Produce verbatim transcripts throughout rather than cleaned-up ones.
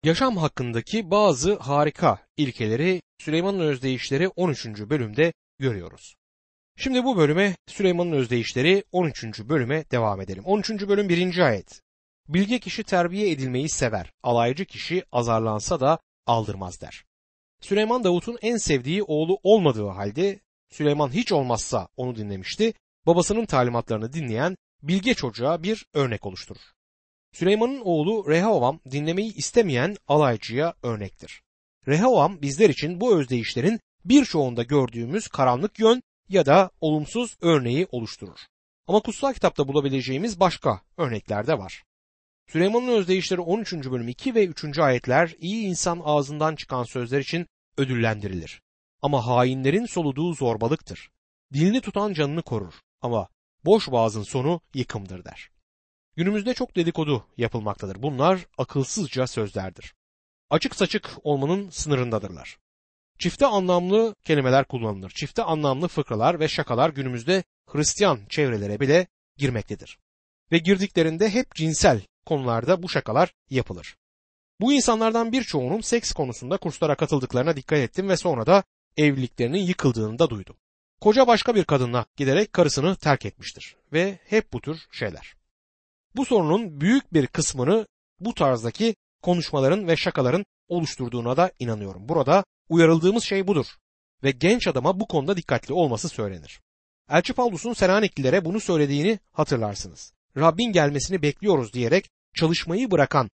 Yaşam hakkındaki bazı harika ilkeleri Süleyman'ın Özdeyişleri on üçüncü bölümde görüyoruz. Şimdi bu bölüme Süleyman'ın Özdeyişleri on üçüncü bölüme devam edelim. on üçüncü bölüm birinci ayet. Bilge kişi terbiye edilmeyi sever, alaycı kişi azarlansa da aldırmaz der. Süleyman Davut'un en sevdiği oğlu olmadığı halde Süleyman hiç olmazsa onu dinlemişti, babasının talimatlarını dinleyen bilge çocuğa bir örnek oluşturur. Süleyman'ın oğlu Rehoboam dinlemeyi istemeyen alaycıya örnektir. Rehoboam bizler için bu özdeyişlerin birçoğunda gördüğümüz karanlık yön ya da olumsuz örneği oluşturur. Ama kutsal kitapta bulabileceğimiz başka örnekler de var. Süleyman'ın Özdeyişleri on üçüncü bölüm iki ve üçüncü ayetler iyi insan ağzından çıkan sözler için ödüllendirilir. Ama hainlerin soluduğu zorbalıktır. Dilini tutan canını korur ama boş boğazın sonu yıkımdır der. Günümüzde çok dedikodu yapılmaktadır. Bunlar akılsızca sözlerdir. Açık saçık olmanın sınırındadırlar. Çifte anlamlı kelimeler kullanılır. Çifte anlamlı fıkralar ve şakalar günümüzde Hristiyan çevrelere bile girmektedir. Ve girdiklerinde hep cinsel konularda bu şakalar yapılır. Bu insanlardan birçoğunun seks konusunda kurslara katıldıklarına dikkat ettim ve sonra da evliliklerinin yıkıldığını da duydum. Koca başka bir kadınla giderek karısını terk etmiştir ve hep bu tür şeyler. Bu sorunun büyük bir kısmını bu tarzdaki konuşmaların ve şakaların oluşturduğuna da inanıyorum. Burada uyarıldığımız şey budur ve genç adama bu konuda dikkatli olması söylenir. Elçi Pavlus'un Selaniklilere bunu söylediğini hatırlarsınız. Rabbin gelmesini bekliyoruz diyerek çalışmayı bırakan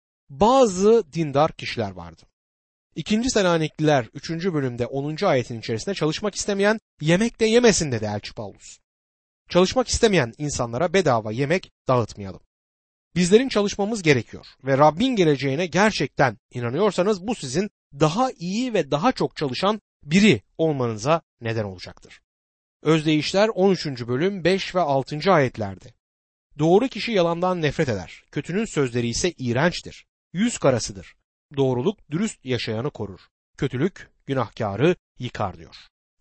bazı dindar kişiler vardı. İkinci Selanikliler üçüncü bölümde onuncu ayetin içerisinde çalışmak istemeyen yemek de yemesin dedi Elçi Pavlus. Çalışmak istemeyen insanlara bedava yemek dağıtmayalım. Bizlerin çalışmamız gerekiyor ve Rabbin geleceğine gerçekten inanıyorsanız bu sizin daha iyi ve daha çok çalışan biri olmanıza neden olacaktır. Özdeyişler on üçüncü bölüm beş ve altıncı ayetlerde. Doğru kişi yalandan nefret eder. Kötünün sözleri ise iğrençtir. Yüz karasıdır. Doğruluk dürüst yaşayanı korur. Kötülük günahkarı yıkar diyor.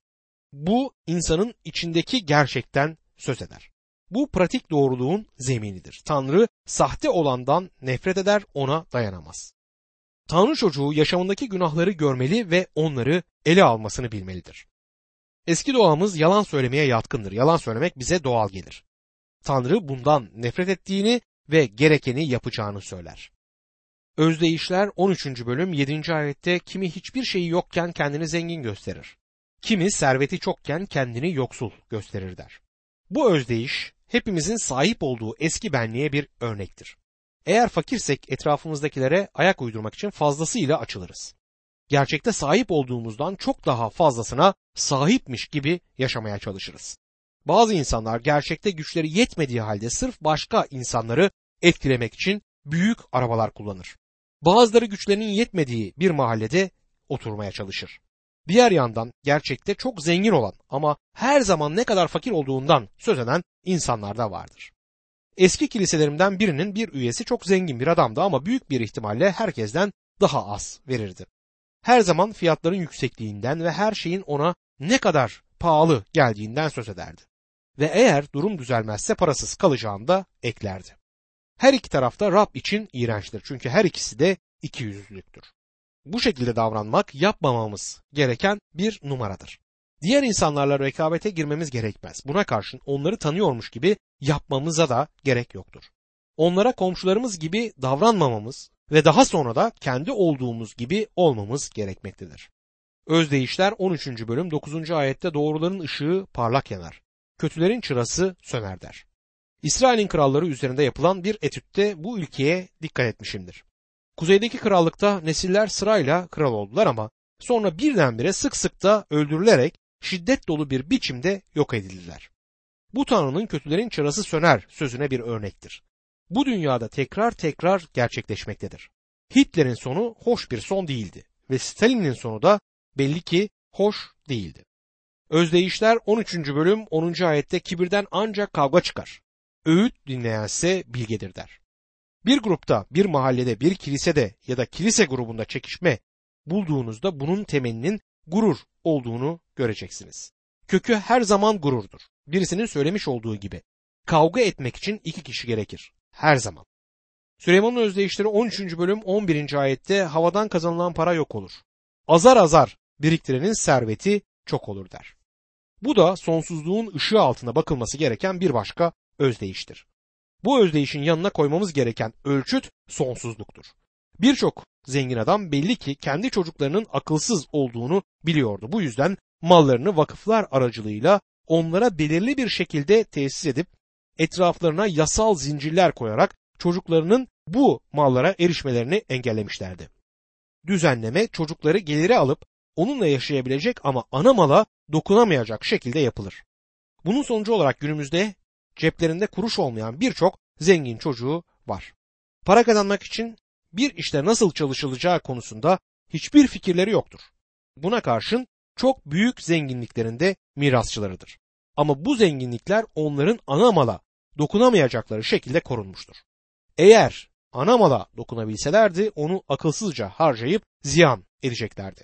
Bu insanın içindeki gerçekten söz eder. Bu pratik doğruluğun zeminidir. Tanrı sahte olandan nefret eder, ona dayanamaz. Tanrı çocuğu yaşamındaki günahları görmeli ve onları ele almasını bilmelidir. Eski doğamız yalan söylemeye yatkındır. Yalan söylemek bize doğal gelir. Tanrı bundan nefret ettiğini ve gerekeni yapacağını söyler. Özdeyişler on üçüncü bölüm yedinci ayette kimi hiçbir şeyi yokken kendini zengin gösterir. Kimi serveti çokken kendini yoksul gösterir der. Bu özdeyiş hepimizin sahip olduğu eski benliğe bir örnektir. Eğer fakirsek etrafımızdakilere ayak uydurmak için fazlasıyla açılırız. Gerçekte sahip olduğumuzdan çok daha fazlasına sahipmiş gibi yaşamaya çalışırız. Bazı insanlar gerçekte güçleri yetmediği halde sırf başka insanları etkilemek için büyük arabalar kullanır. Bazıları güçlerinin yetmediği bir mahallede oturmaya çalışır. Diğer yandan gerçekte çok zengin olan ama her zaman ne kadar fakir olduğundan söz eden insanlar da vardır. Eski kiliselerimden birinin bir üyesi çok zengin bir adamdı ama büyük bir ihtimalle herkesten daha az verirdi. Her zaman fiyatların yüksekliğinden ve her şeyin ona ne kadar pahalı geldiğinden söz ederdi. Ve eğer durum düzelmezse parasız kalacağını da eklerdi. Her iki tarafta Rab için iğrençtir çünkü her ikisi de ikiyüzlülüktür. Bu şekilde davranmak yapmamamız gereken bir numaradır. Diğer insanlarla rekabete girmemiz gerekmez. Buna karşın onları tanıyormuş gibi yapmamıza da gerek yoktur. Onlara komşularımız gibi davranmamamız ve daha sonra da kendi olduğumuz gibi olmamız gerekmektedir. Özdeyişler on üçüncü bölüm dokuzuncu ayette doğruların ışığı parlak yanar. Kötülerin çırası söner der. İsrail'in kralları üzerinde yapılan bir etütte bu ilkeye dikkat etmişimdir. Kuzeydeki krallıkta nesiller sırayla kral oldular ama sonra birdenbire sık sık da öldürülerek şiddet dolu bir biçimde yok edildiler. Bu Tanrı'nın kötülerin çırası söner sözüne bir örnektir. Bu dünyada tekrar tekrar gerçekleşmektedir. Hitler'in sonu hoş bir son değildi ve Stalin'in sonu da belli ki hoş değildi. Özdeyişler on üçüncü bölüm onuncu ayette kibirden ancak kavga çıkar. Öğüt dinleyense bilgedir der. Bir grupta, bir mahallede, bir kilisede ya da kilise grubunda çekişme bulduğunuzda bunun temelinin gurur olduğunu göreceksiniz. Kökü her zaman gururdur. Birisinin söylemiş olduğu gibi kavga etmek için iki kişi gerekir. Her zaman. Süleyman'ın özdeyişleri on üçüncü bölüm on birinci ayette havadan kazanılan para yok olur. Azar azar biriktirenin serveti çok olur der. Bu da sonsuzluğun ışığı altında bakılması gereken bir başka özdeyiştir. Bu özdeyişin yanına koymamız gereken ölçüt sonsuzluktur. Birçok zengin adam belli ki kendi çocuklarının akılsız olduğunu biliyordu. Bu yüzden mallarını vakıflar aracılığıyla onlara belirli bir şekilde tesis edip etraflarına yasal zincirler koyarak çocuklarının bu mallara erişmelerini engellemişlerdi. Düzenleme çocukları geliri alıp onunla yaşayabilecek ama ana mala dokunamayacak şekilde yapılır. Bunun sonucu olarak günümüzde ceplerinde kuruş olmayan birçok zengin çocuğu var. Para kazanmak için bir işte nasıl çalışılacağı konusunda hiçbir fikirleri yoktur. Buna karşın çok büyük zenginliklerinde mirasçılarıdır. Ama bu zenginlikler onların ana mala dokunamayacakları şekilde korunmuştur. Eğer ana mala dokunabilselerdi onu akılsızca harcayıp ziyan edeceklerdi.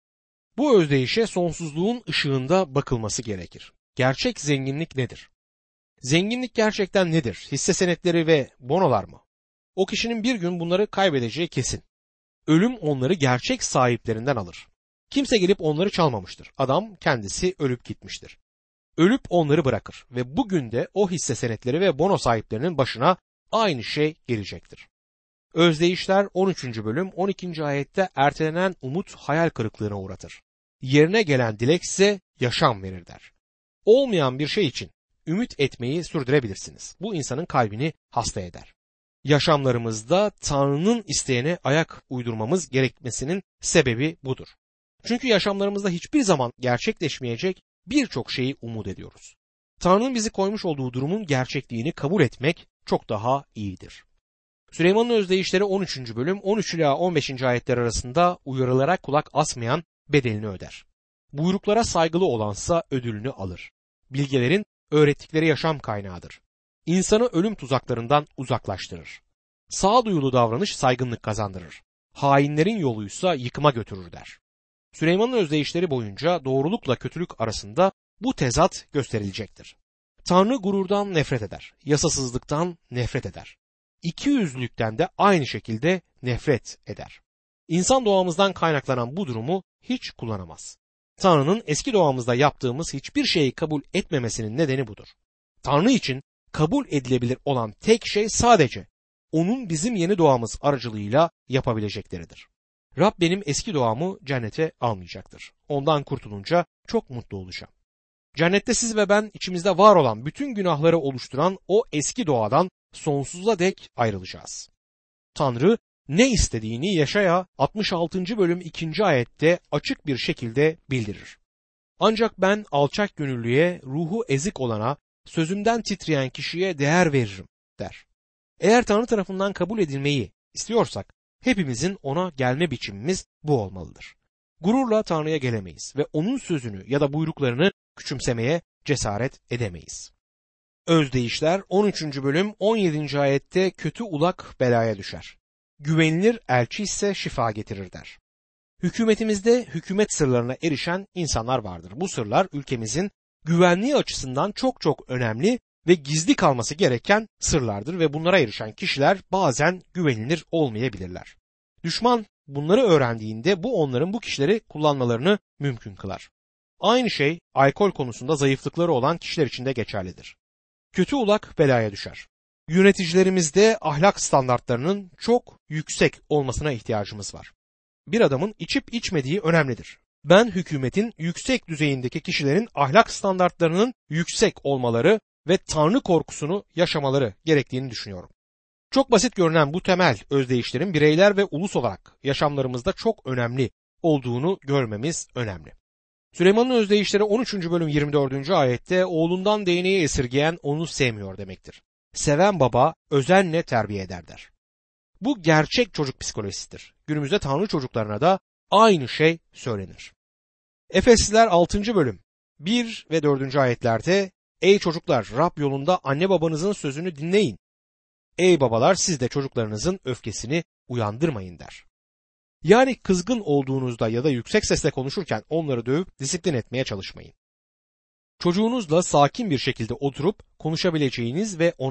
Bu özdeyişe sonsuzluğun ışığında bakılması gerekir. Gerçek zenginlik nedir? Zenginlik gerçekten nedir? Hisse senetleri ve bonolar mı? O kişinin bir gün bunları kaybedeceği kesin. Ölüm onları gerçek sahiplerinden alır. Kimse gelip onları çalmamıştır. Adam kendisi ölüp gitmiştir. Ölüp onları bırakır ve bugün de o hisse senetleri ve bono sahiplerinin başına aynı şey gelecektir. Özdeyişler on üçüncü bölüm on ikinci ayette ertelenen umut hayal kırıklığına uğratır. Yerine gelen dilek ise yaşam verir der. Olmayan bir şey için ümit etmeyi sürdürebilirsiniz. Bu insanın kalbini hasta eder. Yaşamlarımızda Tanrı'nın isteğine ayak uydurmamız gerekmesinin sebebi budur. Çünkü yaşamlarımızda hiçbir zaman gerçekleşmeyecek birçok şeyi umut ediyoruz. Tanrı'nın bizi koymuş olduğu durumun gerçekliğini kabul etmek çok daha iyidir. Süleyman'ın özdeyişleri on üçüncü bölüm on üç ila on beşinci ayetler arasında uyarılara kulak asmayan bedelini öder. Buyruklara saygılı olansa ödülünü alır. Bilgelerin öğrettikleri yaşam kaynağıdır. İnsanı ölüm tuzaklarından uzaklaştırır. Sağduyulu davranış saygınlık kazandırır. Hainlerin yoluysa yıkıma götürür der. Süleyman'ın özdeyişleri boyunca doğrulukla kötülük arasında bu tezat gösterilecektir. Tanrı gururdan nefret eder, yasasızlıktan nefret eder. İkiyüzlülükten de aynı şekilde nefret eder. İnsan doğamızdan kaynaklanan bu durumu hiç kullanamaz. Tanrı'nın eski doğamızda yaptığımız hiçbir şeyi kabul etmemesinin nedeni budur. Tanrı için kabul edilebilir olan tek şey sadece onun bizim yeni doğamız aracılığıyla yapabilecekleridir. Rab benim eski doğamı cennete almayacaktır. Ondan kurtulunca çok mutlu olacağım. Cennette siz ve ben içimizde var olan bütün günahları oluşturan o eski doğadan sonsuza dek ayrılacağız. Tanrı ne istediğini Yaşaya altmış altıncı bölüm ikinci ayette açık bir şekilde bildirir. Ancak ben alçak gönüllüye, ruhu ezik olana, sözümden titreyen kişiye değer veririm der. Eğer Tanrı tarafından kabul edilmeyi istiyorsak hepimizin ona gelme biçimimiz bu olmalıdır. Gururla Tanrı'ya gelemeyiz ve onun sözünü ya da buyruklarını küçümsemeye cesaret edemeyiz. Özdeyişler on üçüncü bölüm on yedinci ayette kötü ulak belaya düşer. Güvenilir elçi ise şifa getirir der. Hükümetimizde hükümet sırlarına erişen insanlar vardır. Bu sırlar ülkemizin güvenliği açısından çok çok önemli ve gizli kalması gereken sırlardır ve bunlara erişen kişiler bazen güvenilir olmayabilirler. Düşman bunları öğrendiğinde bu onların bu kişileri kullanmalarını mümkün kılar. Aynı şey alkol konusunda zayıflıkları olan kişiler için de geçerlidir. Kötü ulak belaya düşer. Yöneticilerimizde ahlak standartlarının çok yüksek olmasına ihtiyacımız var. Bir adamın içip içmediği önemlidir. Ben hükümetin yüksek düzeyindeki kişilerin ahlak standartlarının yüksek olmaları ve Tanrı korkusunu yaşamaları gerektiğini düşünüyorum. Çok basit görünen bu temel özdeyişlerin bireyler ve ulus olarak yaşamlarımızda çok önemli olduğunu görmemiz önemli. Süleyman'ın özdeyişleri on üçüncü bölüm yirmi dördüncü ayette oğlundan değneği esirgeyen onu sevmiyor demektir. Seven baba özenle terbiye eder der. Bu gerçek çocuk psikolojisidir. Günümüzde Tanrı çocuklarına da aynı şey söylenir. Efesliler altıncı bölüm bir ve dördüncü ayetlerde ey çocuklar Rab yolunda anne babanızın sözünü dinleyin. Ey babalar siz de çocuklarınızın öfkesini uyandırmayın der. Yani kızgın olduğunuzda ya da yüksek sesle konuşurken onları dövüp disiplin etmeye çalışmayın. Çocuğunuzla sakin bir şekilde oturup konuşabileceğiniz ve ona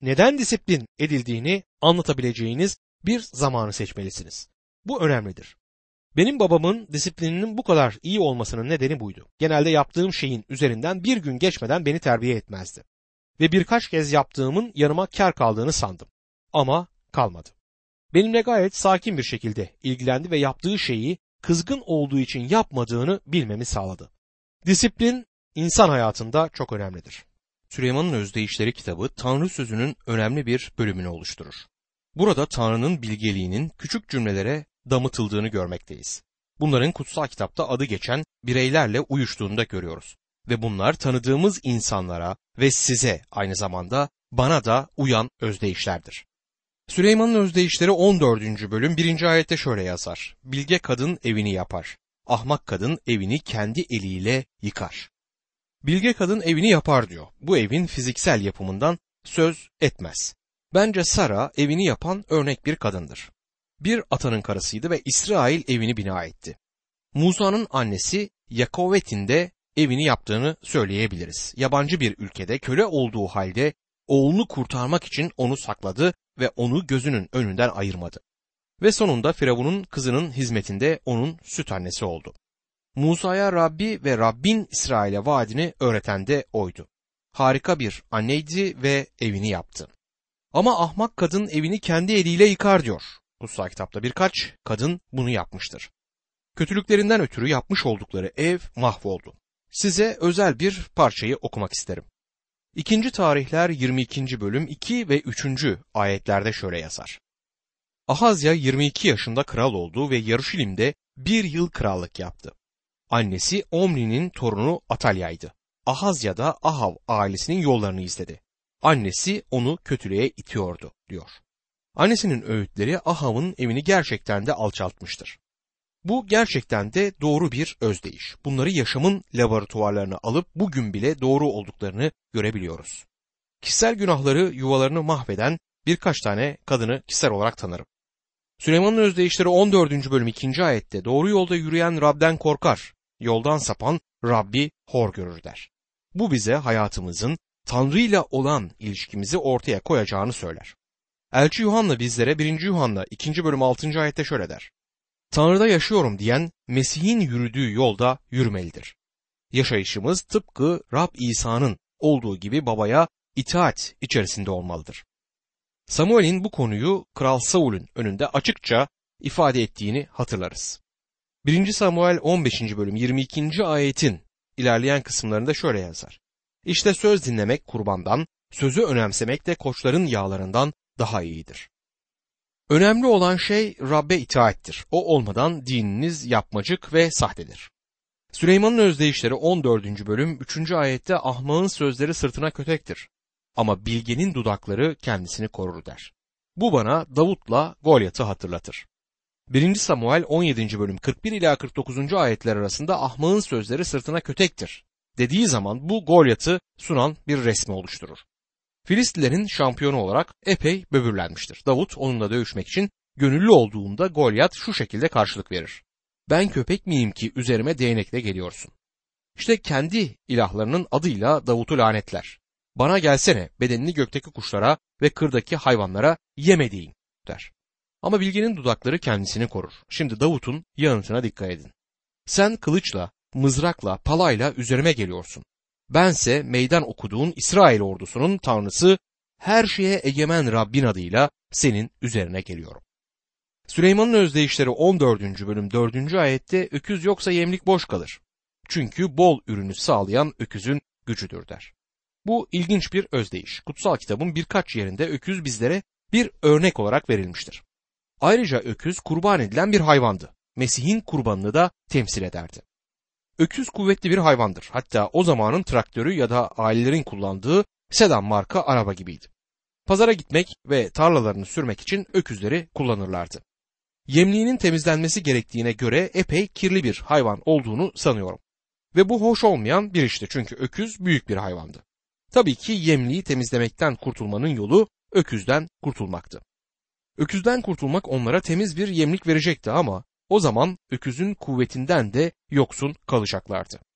neden disiplin edildiğini anlatabileceğiniz bir zamanı seçmelisiniz. Bu önemlidir. Benim babamın disiplininin bu kadar iyi olmasının nedeni buydu. Genelde yaptığım şeyin üzerinden bir gün geçmeden beni terbiye etmezdi. Ve birkaç kez yaptığımın yanıma kar kaldığını sandım. Ama kalmadı. Benimle gayet sakin bir şekilde ilgilendi ve yaptığı şeyi kızgın olduğu için yapmadığını bilmemi sağladı. Disiplin insan hayatında çok önemlidir. Süleyman'ın Özdeyişleri kitabı Tanrı sözünün önemli bir bölümünü oluşturur. Burada Tanrı'nın bilgeliğinin küçük cümlelere damıtıldığını görmekteyiz. Bunların kutsal kitapta adı geçen bireylerle uyuştuğunu da görüyoruz. Ve bunlar tanıdığımız insanlara ve size aynı zamanda bana da uyan özdeyişlerdir. Süleyman'ın Özdeyişleri on dördüncü bölüm birinci ayette şöyle yazar. Bilge kadın evini yapar. Ahmak kadın evini kendi eliyle yıkar. Bilge kadın evini yapar diyor. Bu evin fiziksel yapımından söz etmez. Bence Sara evini yapan örnek bir kadındır. Bir atanın karısıydı ve İsrail evini bina etti. Musa'nın annesi Yakovet'in de evini yaptığını söyleyebiliriz. Yabancı bir ülkede köle olduğu halde oğlunu kurtarmak için onu sakladı ve onu gözünün önünden ayırmadı. Ve sonunda Firavun'un kızının hizmetinde onun süt annesi oldu. Musa'ya Rabbi ve Rabbin İsrail'e vaadini öğreten de oydu. Harika bir anneydi ve evini yaptı. Ama ahmak kadın evini kendi eliyle yıkar diyor. Kutsal kitapta birkaç kadın bunu yapmıştır. Kötülüklerinden ötürü yapmış oldukları ev mahvoldu. Size özel bir parçayı okumak isterim. İkinci Tarihler yirmi ikinci bölüm iki ve üçüncü ayetlerde şöyle yazar. Ahazya yirmi iki yaşında kral oldu ve Yaruşilim'de bir yıl krallık yaptı. Annesi Omri'nin torunu Atalya'ydı. Ahazya da Ahav ailesinin yollarını izledi. Annesi onu kötülüğe itiyordu diyor. Annesinin öğütleri Ahav'ın evini gerçekten de alçaltmıştır. Bu gerçekten de doğru bir özdeyiş. Bunları yaşamın laboratuvarlarına alıp bugün bile doğru olduklarını görebiliyoruz. Kişisel günahları yuvalarını mahveden birkaç tane kadını kişisel olarak tanırım. Süleyman'ın Özdeyişleri on dördüncü bölüm ikinci ayette doğru yolda yürüyen Rab'den korkar, yoldan sapan Rabbi hor görür der. Bu bize hayatımızın Tanrı ile olan ilişkimizi ortaya koyacağını söyler. Elçi Yuhanna bizlere birinci Yuhanna ikinci bölüm altıncı ayette şöyle der. Tanrı'da yaşıyorum diyen Mesih'in yürüdüğü yolda yürümelidir. Yaşayışımız tıpkı Rab İsa'nın olduğu gibi babaya itaat içerisinde olmalıdır. Samuel'in bu konuyu Kral Saul'ün önünde açıkça ifade ettiğini hatırlarız. birinci Samuel on beşinci bölüm yirmi ikinci ayetin ilerleyen kısımlarında şöyle yazar. İşte söz dinlemek kurbandan, sözü önemsemek de koçların yağlarından daha iyidir. Önemli olan şey Rabbe itaattir. O olmadan dininiz yapmacık ve sahtedir. Süleyman'ın Özdeyişleri on dördüncü bölüm üçüncü ayette ahmağın sözleri sırtına kötektir. Ama bilgenin dudakları kendisini korur der. Bu bana Davut'la Golyat'ı hatırlatır. birinci Samuel on yedinci bölüm kırk bir ila kırk dokuzuncu ayetler arasında ahmağın sözleri sırtına kötektir dediği zaman bu Golyat'ı sunan bir resmi oluşturur. Filistlilerin şampiyonu olarak epey böbürlenmiştir. Davut onunla dövüşmek için gönüllü olduğunda Golyat şu şekilde karşılık verir. Ben köpek miyim ki üzerime değnekle geliyorsun? İşte kendi ilahlarının adıyla Davut'u lanetler. Bana gelsene bedenini gökteki kuşlara ve kırdaki hayvanlara yemediğin der. Ama bilgenin dudakları kendisini korur. Şimdi Davut'un yanıtına dikkat edin. Sen kılıçla, mızrakla, palayla üzerime geliyorsun. Bense meydan okuduğun İsrail ordusunun tanrısı, her şeye egemen Rabbin adıyla senin üzerine geliyorum. Süleyman'ın Özdeyişleri on dördüncü bölüm dördüncü ayette öküz yoksa yemlik boş kalır. Çünkü bol ürünü sağlayan öküzün gücüdür der. Bu ilginç bir özdeyiş. Kutsal kitabın birkaç yerinde öküz bizlere bir örnek olarak verilmiştir. Ayrıca öküz kurban edilen bir hayvandı. Mesih'in kurbanını da temsil ederdi. Öküz kuvvetli bir hayvandır. Hatta o zamanın traktörü ya da ailelerin kullandığı sedan marka araba gibiydi. Pazara gitmek ve tarlalarını sürmek için öküzleri kullanırlardı. Yemliğinin temizlenmesi gerektiğine göre epey kirli bir hayvan olduğunu sanıyorum. Ve bu hoş olmayan bir işti çünkü öküz büyük bir hayvandı. Tabii ki yemliği temizlemekten kurtulmanın yolu öküzden kurtulmaktı. Öküzden kurtulmak onlara temiz bir yemlik verecekti ama o zaman öküzün kuvvetinden de yoksun kalacaklardı.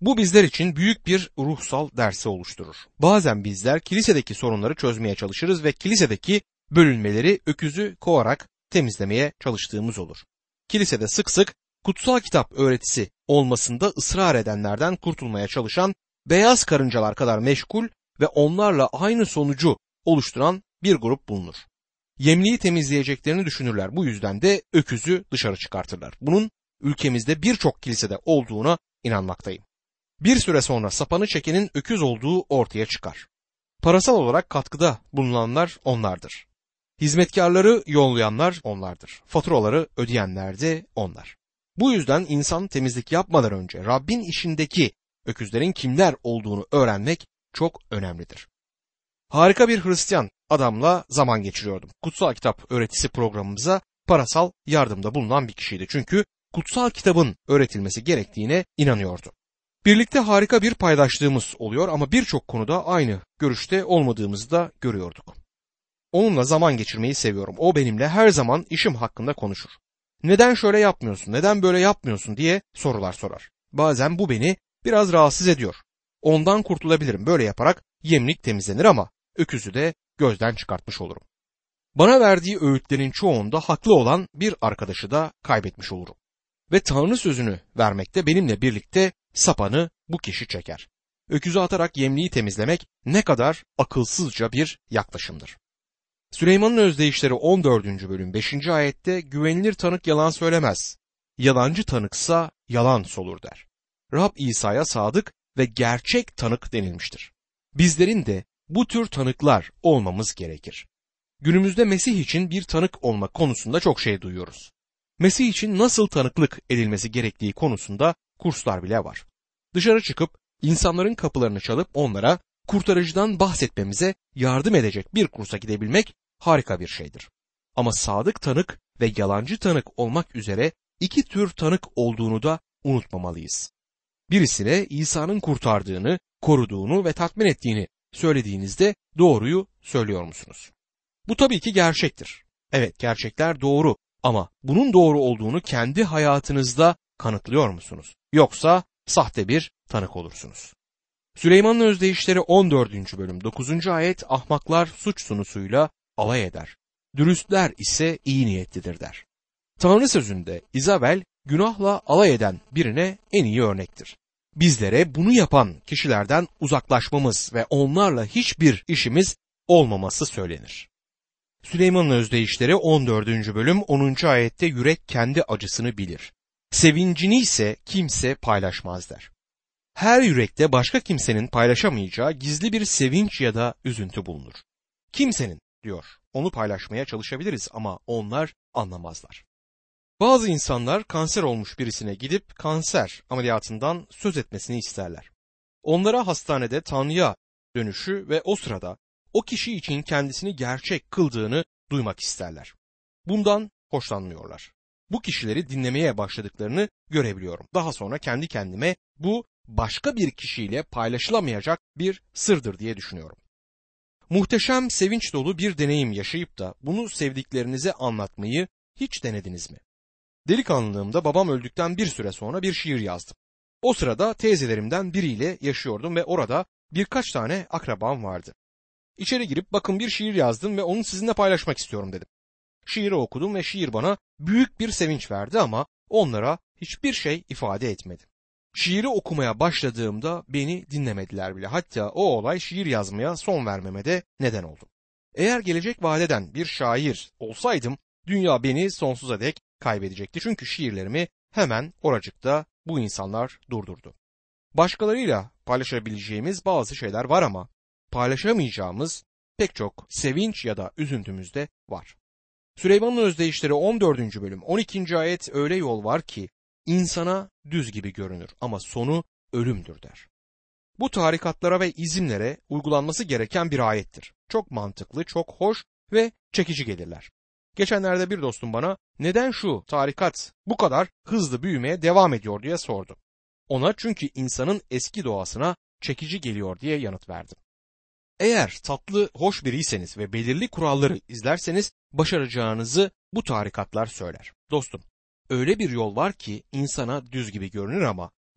Bu bizler için büyük bir ruhsal dersi oluşturur. Bazen bizler kilisedeki sorunları çözmeye çalışırız ve kilisedeki bölünmeleri öküzü kovarak temizlemeye çalıştığımız olur. Kilisede sık sık kutsal kitap öğretisi olmasında ısrar edenlerden kurtulmaya çalışan beyaz karıncalar kadar meşgul ve onlarla aynı sonucu oluşturan bir grup bulunur. Yemliği temizleyeceklerini düşünürler. Bu yüzden de öküzü dışarı çıkartırlar. Bunun ülkemizde birçok kilisede olduğuna inanmaktayım. Bir süre sonra sapanı çekenin öküz olduğu ortaya çıkar. Parasal olarak katkıda bulunanlar onlardır. Hizmetkarları yollayanlar onlardır. Faturaları ödeyenler de onlar. Bu yüzden insan temizlik yapmadan önce Rabbin işindeki öküzlerin kimler olduğunu öğrenmek çok önemlidir. Harika bir Hristiyan adamla zaman geçiriyordum. Kutsal kitap öğretisi programımıza parasal yardımda bulunan bir kişiydi. Çünkü kutsal kitabın öğretilmesi gerektiğine inanıyordu. Birlikte harika bir paydaşlığımız oluyor ama birçok konuda aynı görüşte olmadığımızı da görüyorduk. Onunla zaman geçirmeyi seviyorum. O benimle her zaman işim hakkında konuşur. Neden şöyle yapmıyorsun, neden böyle yapmıyorsun diye sorular sorar. Bazen bu beni biraz rahatsız ediyor. Ondan kurtulabilirim. Böyle yaparak yemlik temizlenir ama öküzü de gözden çıkartmış olurum. Bana verdiği öğütlerin çoğunda haklı olan bir arkadaşı da kaybetmiş olurum. Ve Tanrı sözünü vermekte benimle birlikte sapanı bu kişi çeker. Öküzü atarak yemliği temizlemek ne kadar akılsızca bir yaklaşımdır. Süleyman'ın özdeyişleri on dördüncü bölüm beşinci ayette güvenilir tanık yalan söylemez. Yalancı tanıksa yalan solur der. Rab İsa'ya sadık ve gerçek tanık denilmiştir. Bizlerin de bu tür tanıklar olmamız gerekir. Günümüzde Mesih için bir tanık olma konusunda çok şey duyuyoruz. Mesih için nasıl tanıklık edilmesi gerektiği konusunda kurslar bile var. Dışarı çıkıp insanların kapılarını çalıp onlara kurtarıcıdan bahsetmemize yardım edecek bir kursa gidebilmek harika bir şeydir. Ama sadık tanık ve yalancı tanık olmak üzere iki tür tanık olduğunu da unutmamalıyız. Birisine İsa'nın kurtardığını, koruduğunu ve tatmin ettiğini söylediğinizde doğruyu söylüyor musunuz? Bu tabii ki gerçektir. Evet, gerçekler doğru ama bunun doğru olduğunu kendi hayatınızda kanıtlıyor musunuz? Yoksa sahte bir tanık olursunuz. Süleyman'ın özdeyişleri on dördüncü bölüm dokuzuncu ayet ahmaklar suç sunusuyla alay eder. Dürüstler ise iyi niyetlidir der. Tanrı sözünde İzabel günahla alay eden birine en iyi örnektir. Bizlere bunu yapan kişilerden uzaklaşmamız ve onlarla hiçbir işimiz olmaması söylenir. Süleyman'ın özdeyişleri on dördüncü bölüm onuncu ayette yürek kendi acısını bilir. Sevincini ise kimse paylaşmaz der. Her yürekte başka kimsenin paylaşamayacağı gizli bir sevinç ya da üzüntü bulunur. Kimsenin diyor, onu paylaşmaya çalışabiliriz ama onlar anlamazlar. Bazı insanlar kanser olmuş birisine gidip kanser ameliyatından söz etmesini isterler. Onlara hastanede Tanrı'ya dönüşü ve o sırada o kişi için kendisini gerçek kıldığını duymak isterler. Bundan hoşlanmıyorlar. Bu kişileri dinlemeye başladıklarını görebiliyorum. Daha sonra kendi kendime bu başka bir kişiyle paylaşılamayacak bir sırdır diye düşünüyorum. Muhteşem sevinç dolu bir deneyim yaşayıp da bunu sevdiklerinize anlatmayı hiç denediniz mi? Delikanlılığımda babam öldükten bir süre sonra bir şiir yazdım. O sırada teyzelerimden biriyle yaşıyordum ve orada birkaç tane akrabam vardı. İçeri girip bakın bir şiir yazdım ve onu sizinle paylaşmak istiyorum dedim. Şiiri okudum ve şiir bana büyük bir sevinç verdi ama onlara hiçbir şey ifade etmedi. Şiiri okumaya başladığımda beni dinlemediler bile. Hatta o olay şiir yazmaya son vermeme de neden oldu. Eğer gelecek vadeden bir şair olsaydım dünya beni sonsuza dek kaybedecekti. Çünkü şiirlerimi hemen oracıkta bu insanlar durdurdu. Başkalarıyla paylaşabileceğimiz bazı şeyler var ama paylaşamayacağımız pek çok sevinç ya da üzüntümüz de var. Süleyman'ın özdeyişleri on dördüncü bölüm on ikinci ayet öyle yol var ki insana düz gibi görünür ama sonu ölümdür der. Bu tarikatlara ve izimlere uygulanması gereken bir ayettir. Çok mantıklı, çok hoş ve çekici gelirler. Geçenlerde bir dostum bana neden şu tarikat bu kadar hızlı büyümeye devam ediyor diye sordu. Ona çünkü insanın eski doğasına çekici geliyor diye yanıt verdim. Eğer tatlı, hoş biriyseniz ve belirli kuralları izlerseniz başaracağınızı bu tarikatlar söyler. Dostum, öyle bir yol var ki insana düz gibi görünür ama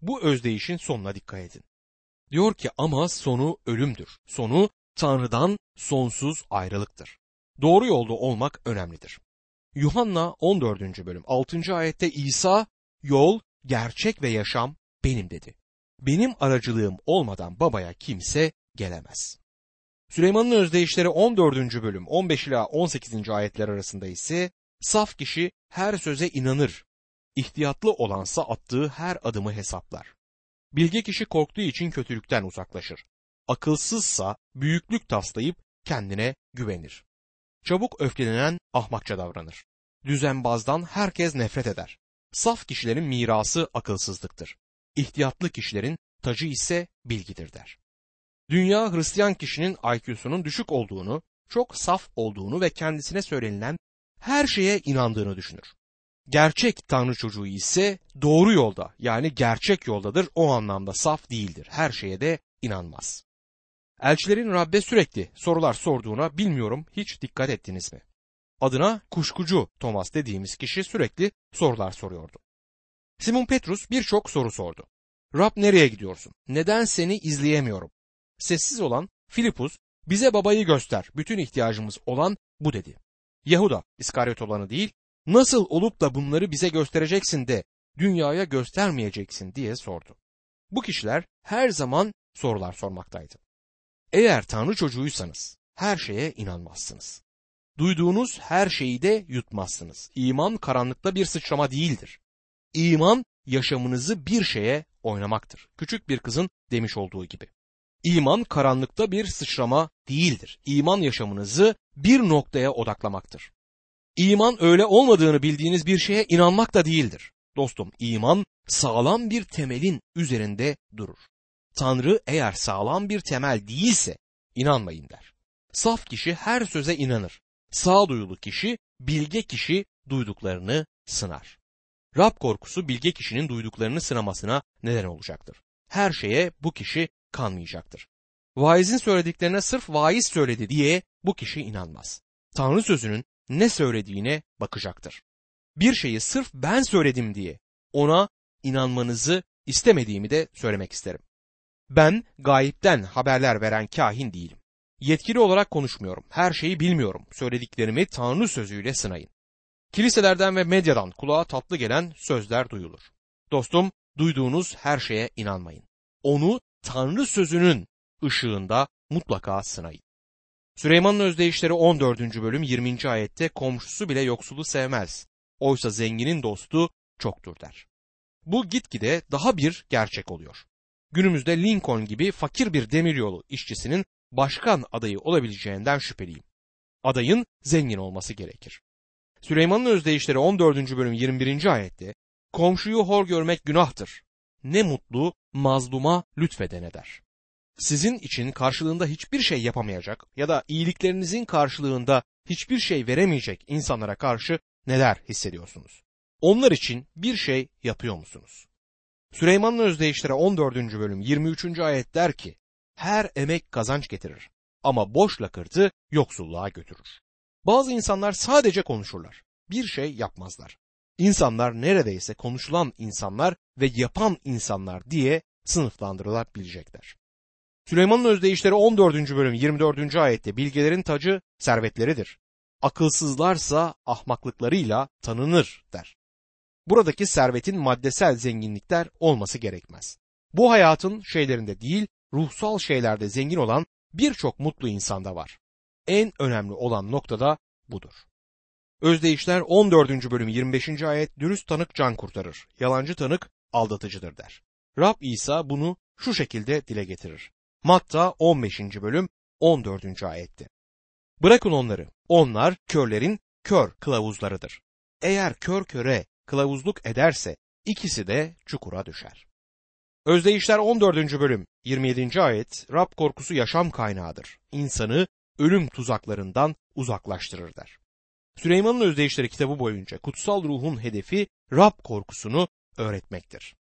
Bu özdeyişin sonuna dikkat edin. Diyor ki ama sonu ölümdür. Sonu Tanrı'dan sonsuz ayrılıktır. Doğru yolda olmak önemlidir. Yuhanna on dördüncü bölüm altıncı ayette İsa yol, gerçek ve yaşam benim dedi. Benim aracılığım olmadan babaya kimse gelemez. Süleyman'ın özdeyişleri on dördüncü bölüm on beş ila on sekizinci ayetler arasında ise saf kişi her söze inanır. İhtiyatlı olansa attığı her adımı hesaplar. Bilge kişi korktuğu için kötülükten uzaklaşır. Akılsızsa büyüklük taslayıp kendine güvenir. Çabuk öfkelenen ahmakça davranır. Düzenbazdan herkes nefret eder. Saf kişilerin mirası akılsızlıktır. İhtiyatlı kişilerin tacı ise bilgidir der. Dünya Hristiyan kişinin I Q'sunun düşük olduğunu, çok saf olduğunu ve kendisine söylenilen her şeye inandığını düşünür. Gerçek Tanrı çocuğu ise doğru yolda, yani gerçek yoldadır, o anlamda saf değildir. Her şeye de inanmaz. Elçilerin Rab'be sürekli sorular sorduğuna bilmiyorum hiç dikkat ettiniz mi? Adına kuşkucu Thomas dediğimiz kişi sürekli sorular soruyordu. Simon Petrus birçok soru sordu. Rab nereye gidiyorsun? Neden seni izleyemiyorum? Sessiz olan Filipus bize babayı göster, bütün ihtiyacımız olan bu dedi. Yahuda İskaryot olanı değil, nasıl olup da bunları bize göstereceksin de dünyaya göstermeyeceksin diye sordu. Bu kişiler her zaman sorular sormaktaydı. Eğer Tanrı çocuğuysanız her şeye inanmazsınız. Duyduğunuz her şeyi de yutmazsınız. İman karanlıkta bir sıçrama değildir. İman yaşamınızı bir şeye oynamaktır. Küçük bir kızın demiş olduğu gibi. İman karanlıkta bir sıçrama değildir. İman yaşamınızı bir noktaya odaklamaktır. İman öyle olmadığını bildiğiniz bir şeye inanmak da değildir. Dostum, iman sağlam bir temelin üzerinde durur. Tanrı eğer sağlam bir temel değilse inanmayın der. Saf kişi her söze inanır. Sağduyulu kişi, bilge kişi duyduklarını sınar. Rab korkusu bilge kişinin duyduklarını sınamasına neden olacaktır. Her şeye bu kişi kanmayacaktır. Vaizin söylediklerine sırf vaiz söyledi diye bu kişi inanmaz. Tanrı sözünün ne söylediğine bakacaktır. Bir şeyi sırf ben söyledim diye ona inanmanızı istemediğimi de söylemek isterim. Ben gayipten haberler veren kahin değilim. Yetkili olarak konuşmuyorum. Her şeyi bilmiyorum. Söylediklerimi Tanrı sözüyle sınayın. Kiliselerden ve medyadan kulağa tatlı gelen sözler duyulur. Dostum, duyduğunuz her şeye inanmayın. Onu Tanrı sözünün ışığında mutlaka sınayın. Süleyman'ın özdeyişleri on dördüncü bölüm yirminci ayette komşusu bile yoksulu sevmez. Oysa zenginin dostu çoktur der. Bu gitgide daha bir gerçek oluyor. Günümüzde Lincoln gibi fakir bir demiryolu işçisinin başkan adayı olabileceğinden şüpheliyim. Adayın zengin olması gerekir. Süleyman'ın özdeyişleri on dördüncü bölüm yirmi birinci ayette komşuyu hor görmek günahtır. Ne mutlu mazluma lütfedene der. Sizin için karşılığında hiçbir şey yapamayacak ya da iyiliklerinizin karşılığında hiçbir şey veremeyecek insanlara karşı neler hissediyorsunuz? Onlar için bir şey yapıyor musunuz? Süleyman'ın özdeyişleri on dördüncü bölüm yirmi üçüncü ayet der ki, her emek kazanç getirir ama boş lakırtı yoksulluğa götürür. Bazı insanlar sadece konuşurlar, bir şey yapmazlar. İnsanlar neredeyse konuşulan insanlar ve yapan insanlar diye sınıflandırılabilecekler. Süleyman'ın özdeyişleri on dördüncü bölüm yirmi dördüncü ayette bilgelerin tacı servetleridir. Akılsızlarsa ahmaklıklarıyla tanınır der. Buradaki servetin maddesel zenginlikler olması gerekmez. Bu hayatın şeylerinde değil, ruhsal şeylerde zengin olan birçok mutlu insanda var. En önemli olan nokta da budur. Özdeyişler on dördüncü bölüm yirmi beşinci ayet dürüst tanık can kurtarır, yalancı tanık aldatıcıdır der. Rab İsa bunu şu şekilde dile getirir. Matta on beşinci bölüm on dördüncü ayette. Bırakın onları, onlar körlerin kör kılavuzlarıdır. Eğer kör köre kılavuzluk ederse ikisi de çukura düşer. Özdeyişler on dördüncü bölüm yirmi yedinci ayet Rab korkusu yaşam kaynağıdır. İnsanı ölüm tuzaklarından uzaklaştırır der. Süleyman'ın özdeyişleri kitabı boyunca kutsal ruhun hedefi Rab korkusunu öğretmektir.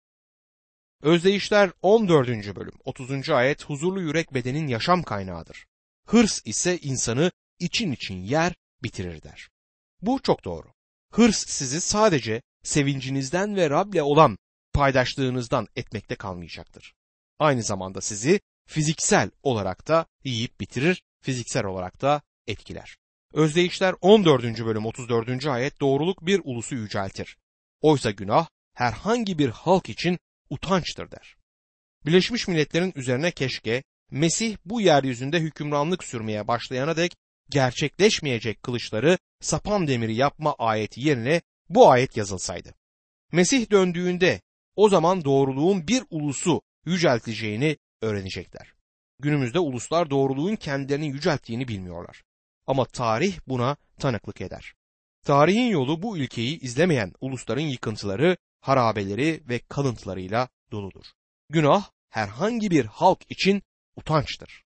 Özdeyişler on dördüncü bölüm otuzuncu ayet huzurlu yürek bedenin yaşam kaynağıdır. Hırs ise insanı için için yer bitirir der. Bu çok doğru. Hırs sizi sadece sevincinizden ve Rab'le olan paydaşlığınızdan etmekte kalmayacaktır. Aynı zamanda sizi fiziksel olarak da yiyip bitirir, fiziksel olarak da etkiler. Özdeyişler on dördüncü bölüm otuz dördüncü ayet doğruluk bir ulusu yüceltir. Oysa günah herhangi bir halk için utançtır der. Birleşmiş Milletler'in üzerine keşke Mesih bu yeryüzünde hükümranlık sürmeye başlayana dek gerçekleşmeyecek kılıçları sapan demiri yapma ayeti yerine bu ayet yazılsaydı. Mesih döndüğünde o zaman doğruluğun bir ulusu yücelteceğini öğrenecekler. Günümüzde uluslar doğruluğun kendilerini yücelttiğini bilmiyorlar. Ama tarih buna tanıklık eder. Tarihin yolu bu ilkeyi izlemeyen ulusların yıkıntıları, harabeleri ve kalıntılarıyla doludur. Günah herhangi bir halk için utançtır.